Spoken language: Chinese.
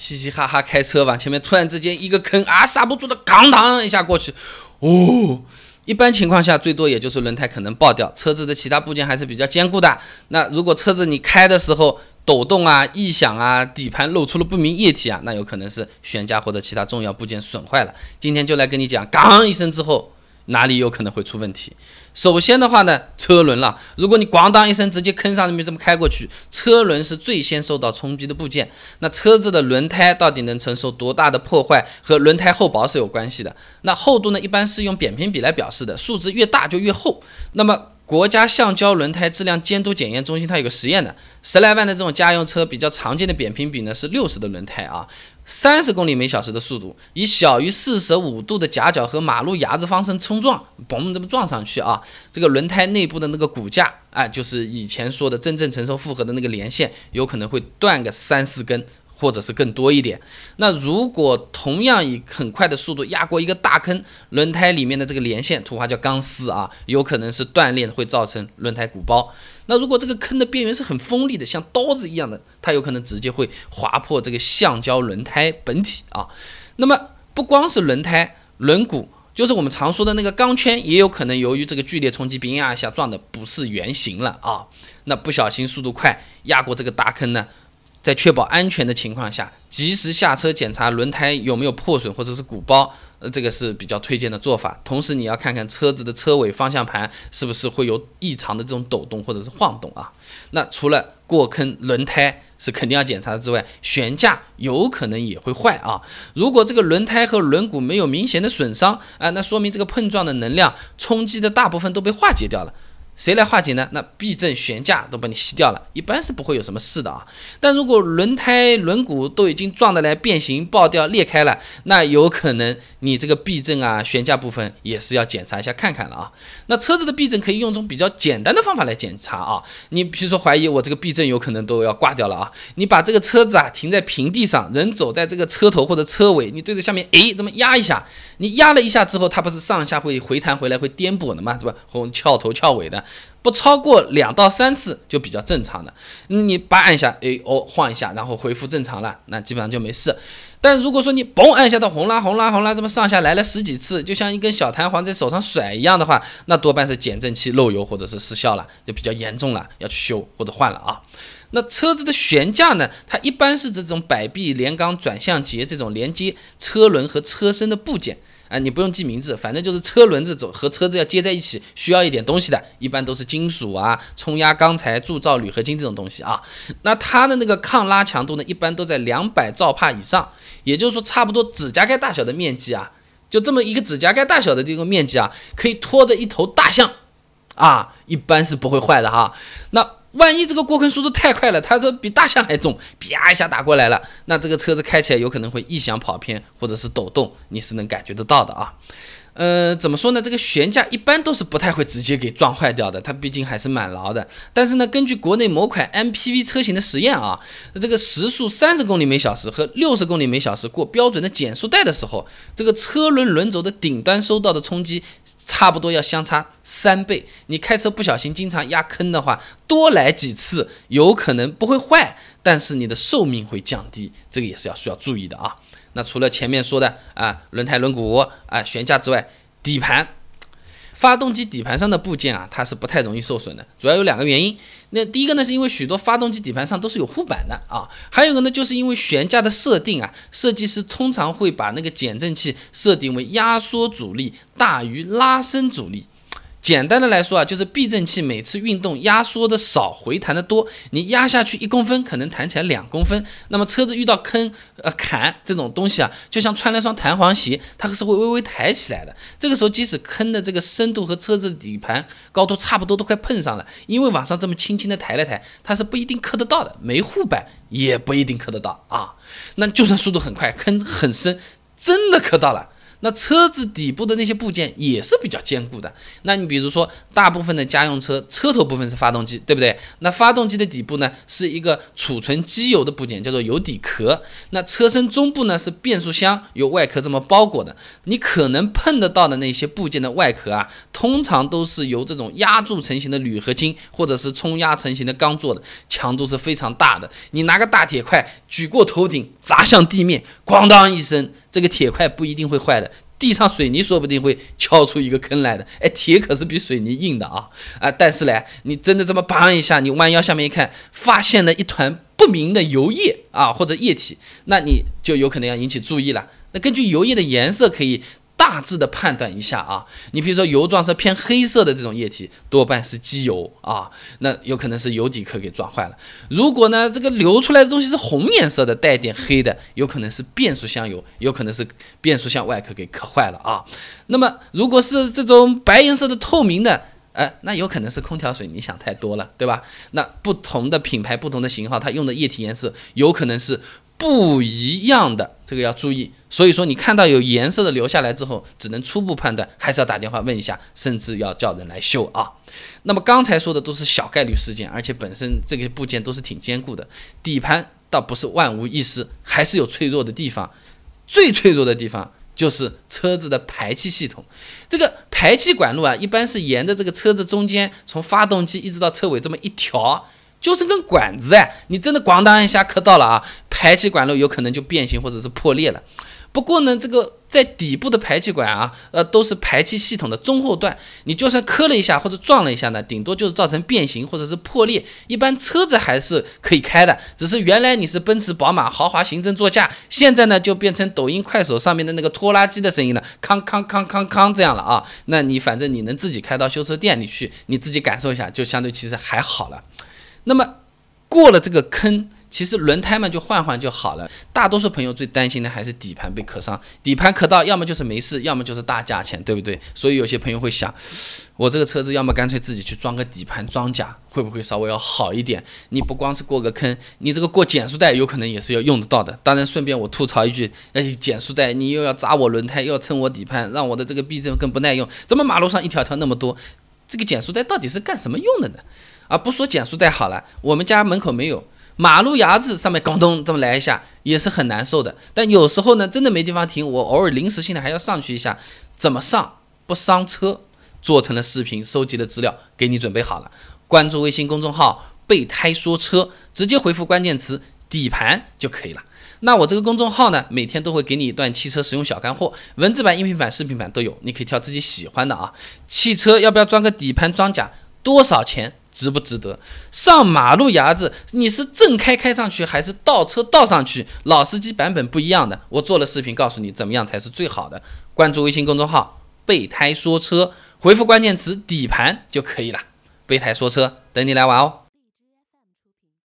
嘻嘻哈哈开车往前面，突然之间一个坑啊，刹不住的，咣当一下过去，一般情况下最多也就是轮胎可能爆掉，车子的其他部件还是比较坚固的。那如果车子你开的时候抖动啊、异响啊，底盘露出了不明液体啊，那有可能是悬架或者其他重要部件损坏了。今天就来跟你讲，咣一声之后哪里有可能会出问题。首先的话呢，车轮了，如果你咣当一声直接坑上面这么开过去，车轮是最先受到冲击的部件，那车子的轮胎到底能承受多大的破坏和轮胎厚薄是有关系的。那厚度呢，一般是用扁平比来表示的，数值越大就越厚。那么国家橡胶轮胎质量监督检验中心它有个实验的，10来万的这种家用车比较常见的扁平比呢是60的轮胎啊，30公里每小时的速度，以小于45度的夹角和马路牙子方向冲撞，嘣这么撞上去啊，这个轮胎内部的那个骨架就是以前说的真正承受负荷的那个连线，有可能会断个3-4根。或者是更多一点。那如果同样以很快的速度压过一个大坑，轮胎里面的这个连线，土话叫钢丝啊，有可能是断裂，会造成轮胎鼓包。那如果这个坑的边缘是很锋利的，像刀子一样的，它有可能直接会划破这个橡胶轮胎本体啊。那么不光是轮胎、轮毂，就是我们常说的那个钢圈，也有可能由于这个剧烈冲击，别一下撞的不是圆形了啊。那不小心速度快压过这个大坑呢，在确保安全的情况下，及时下车检查轮胎有没有破损或者是鼓包，这个是比较推荐的做法。同时你要看看车子的车尾方向盘是不是会有异常的这种抖动或者是晃动啊。那除了过坑轮胎是肯定要检查的之外，悬架有可能也会坏啊。如果这个轮胎和轮毂没有明显的损伤那说明这个碰撞的能量冲击的大部分都被化解掉了。谁来化解呢？那避震悬架都把你吸掉了，一般是不会有什么事的啊。但如果轮胎轮毂都已经撞得来变形爆掉裂开了，那有可能你这个避震悬架部分也是要检查一下看看了啊。那车子的避震可以用这种比较简单的方法来检查啊。你比如说怀疑我这个避震有可能都要挂掉了啊，你把这个车子停在平地上，人走在这个车头或者车尾，你对着下面这么压一下，你压了一下之后，它不是上下会回弹回来会颠簸的嘛，对吧？翘头翘尾的。不超过2到3次就比较正常的，你把按一下，晃一下，然后恢复正常了，那基本上就没事。但如果说你嘣按一下到轰啦轰啦轰啦，这么上下来了10几次，就像一根小弹簧在手上甩一样的话，那多半是减震器漏油或者是失效了，就比较严重了，要去修或者换了啊。那车子的悬架呢，它一般是这种摆臂连钢转向节这种连接车轮和车身的部件。你不用记名字，反正就是车轮这种和车子要接在一起，需要一点东西的，一般都是金属冲压钢材、铸造铝合金这种东西啊。那它的那个抗拉强度呢，一般都在200兆帕以上，也就是说差不多指甲盖大小的面积就这么一个指甲盖大小的这个面积可以拖着一头大象一般是不会坏的哈。那万一这个过坑速度太快了，它说比大象还重，啪一下打过来了，那这个车子开起来有可能会异响跑偏或者是抖动，你是能感觉得到的啊。怎么说呢？这个悬架一般都是不太会直接给撞坏掉的，它毕竟还是蛮牢的。但是呢，根据国内某款 MPV 车型的实验这个时速30公里每小时和60公里每小时过标准的减速带的时候，这个车轮轮轴的顶端受到的冲击差不多要相差3倍。你开车不小心经常压坑的话，多来几次有可能不会坏，但是你的寿命会降低，这个也是需要注意的啊。那除了前面说的轮胎轮毂悬架之外，底盘、发动机底盘上的部件它是不太容易受损的，主要有2个原因。那第一个呢，是因为许多发动机底盘上都是有护板的还有一个呢，就是因为悬架的设定设计师通常会把那个减震器设定为压缩阻力大于拉伸阻力。简单的来说就是避震器每次运动压缩的少，回弹的多。你压下去1公分，可能弹起来2公分。那么车子遇到坑、坎这种东西就像穿了双弹簧鞋，它是会微微抬起来的。这个时候，即使坑的这个深度和车子的底盘高度差不多，都快碰上了，因为往上这么轻轻的抬了抬，它是不一定磕得到的，没护板也不一定磕得到那就算速度很快，坑很深，真的磕到了， 那车子底部的那些部件也是比较坚固的。那你比如说，大部分的家用车车头部分是发动机，对不对？那发动机的底部呢是一个储存机油的部件，叫做油底壳。那车身中部呢是变速箱，由外壳这么包裹的。你可能碰得到的那些部件的外壳啊，通常都是由这种压铸成型的铝合金或者是冲压成型的钢做的，强度是非常大的。你拿个大铁块举过头顶，砸向地面，咣当一声，这个铁块不一定会坏的，地上水泥说不定会敲出一个坑来的。铁可是比水泥硬的啊！但是呢，你真的这么砰一下，你弯腰下面一看，发现了一团不明的油液啊或者液体，那你就有可能要引起注意了。那根据油液的颜色可以大致的判断一下啊，你比如说油状是偏黑色的这种液体，多半是机油啊，那有可能是油底壳给撞坏了。如果呢这个流出来的东西是红颜色的，带点黑的，有可能是变速箱油，有可能是变速箱外壳给磕坏了啊。那么如果是这种白颜色的透明的，那有可能是空调水，你想太多了，对吧？那不同的品牌、不同的型号，它用的液体颜色有可能是不一样的，这个要注意。所以说你看到有颜色的留下来之后，只能初步判断，还是要打电话问一下，甚至要叫人来修啊。那么刚才说的都是小概率事件，而且本身这个部件都是挺坚固的，底盘倒不是万无一失，还是有脆弱的地方。最脆弱的地方就是车子的排气系统。这个排气管路啊，一般是沿着这个车子中间，从发动机一直到车尾这么一条，就是根管子你真的咣当一下磕到了啊，排气管路有可能就变形或者是破裂了。不过呢，这个在底部的排气管啊，都是排气系统的中后段，你就算磕了一下或者撞了一下呢，顶多就是造成变形或者是破裂，一般车子还是可以开的。只是原来你是奔驰、宝马豪华行政座驾，现在呢就变成抖音、快手上面的那个拖拉机的声音了，康康康康康这样了啊。那你反正你能自己开到修车店里去，你自己感受一下，就相对其实还好了。那么过了这个坑，其实轮胎嘛就换换就好了。大多数朋友最担心的还是底盘被磕伤，底盘磕到要么就是没事，要么就是大价钱，对不对？所以有些朋友会想，我这个车子要么干脆自己去装个底盘装甲，会不会稍微要好一点？你不光是过个坑，你这个过减速带有可能也是要用得到的。当然顺便我吐槽一句，减速带你又要扎我轮胎，又要蹭我底盘，让我的这个避震更不耐用。怎么马路上一条条那么多，这个减速带到底是干什么用的呢？不说减速带好了，我们家门口没有，马路牙子上面咣咚这么来一下也是很难受的。但有时候呢真的没地方停，我偶尔临时性的还要上去一下，怎么上不伤车？做成了视频，收集的资料给你准备好了。关注微信公众号备胎说车，直接回复关键词底盘就可以了。那我这个公众号呢，每天都会给你一段汽车实用小干货，文字版、音频版、视频版都有，你可以挑自己喜欢的啊。汽车要不要装个底盘装甲？多少钱？值不值得？上马路牙子，你是正开上去还是倒车倒上去？老司机版本不一样的，我做了视频告诉你怎么样才是最好的。关注微信公众号备胎说车，回复关键词底盘就可以了。备胎说车，等你来玩哦。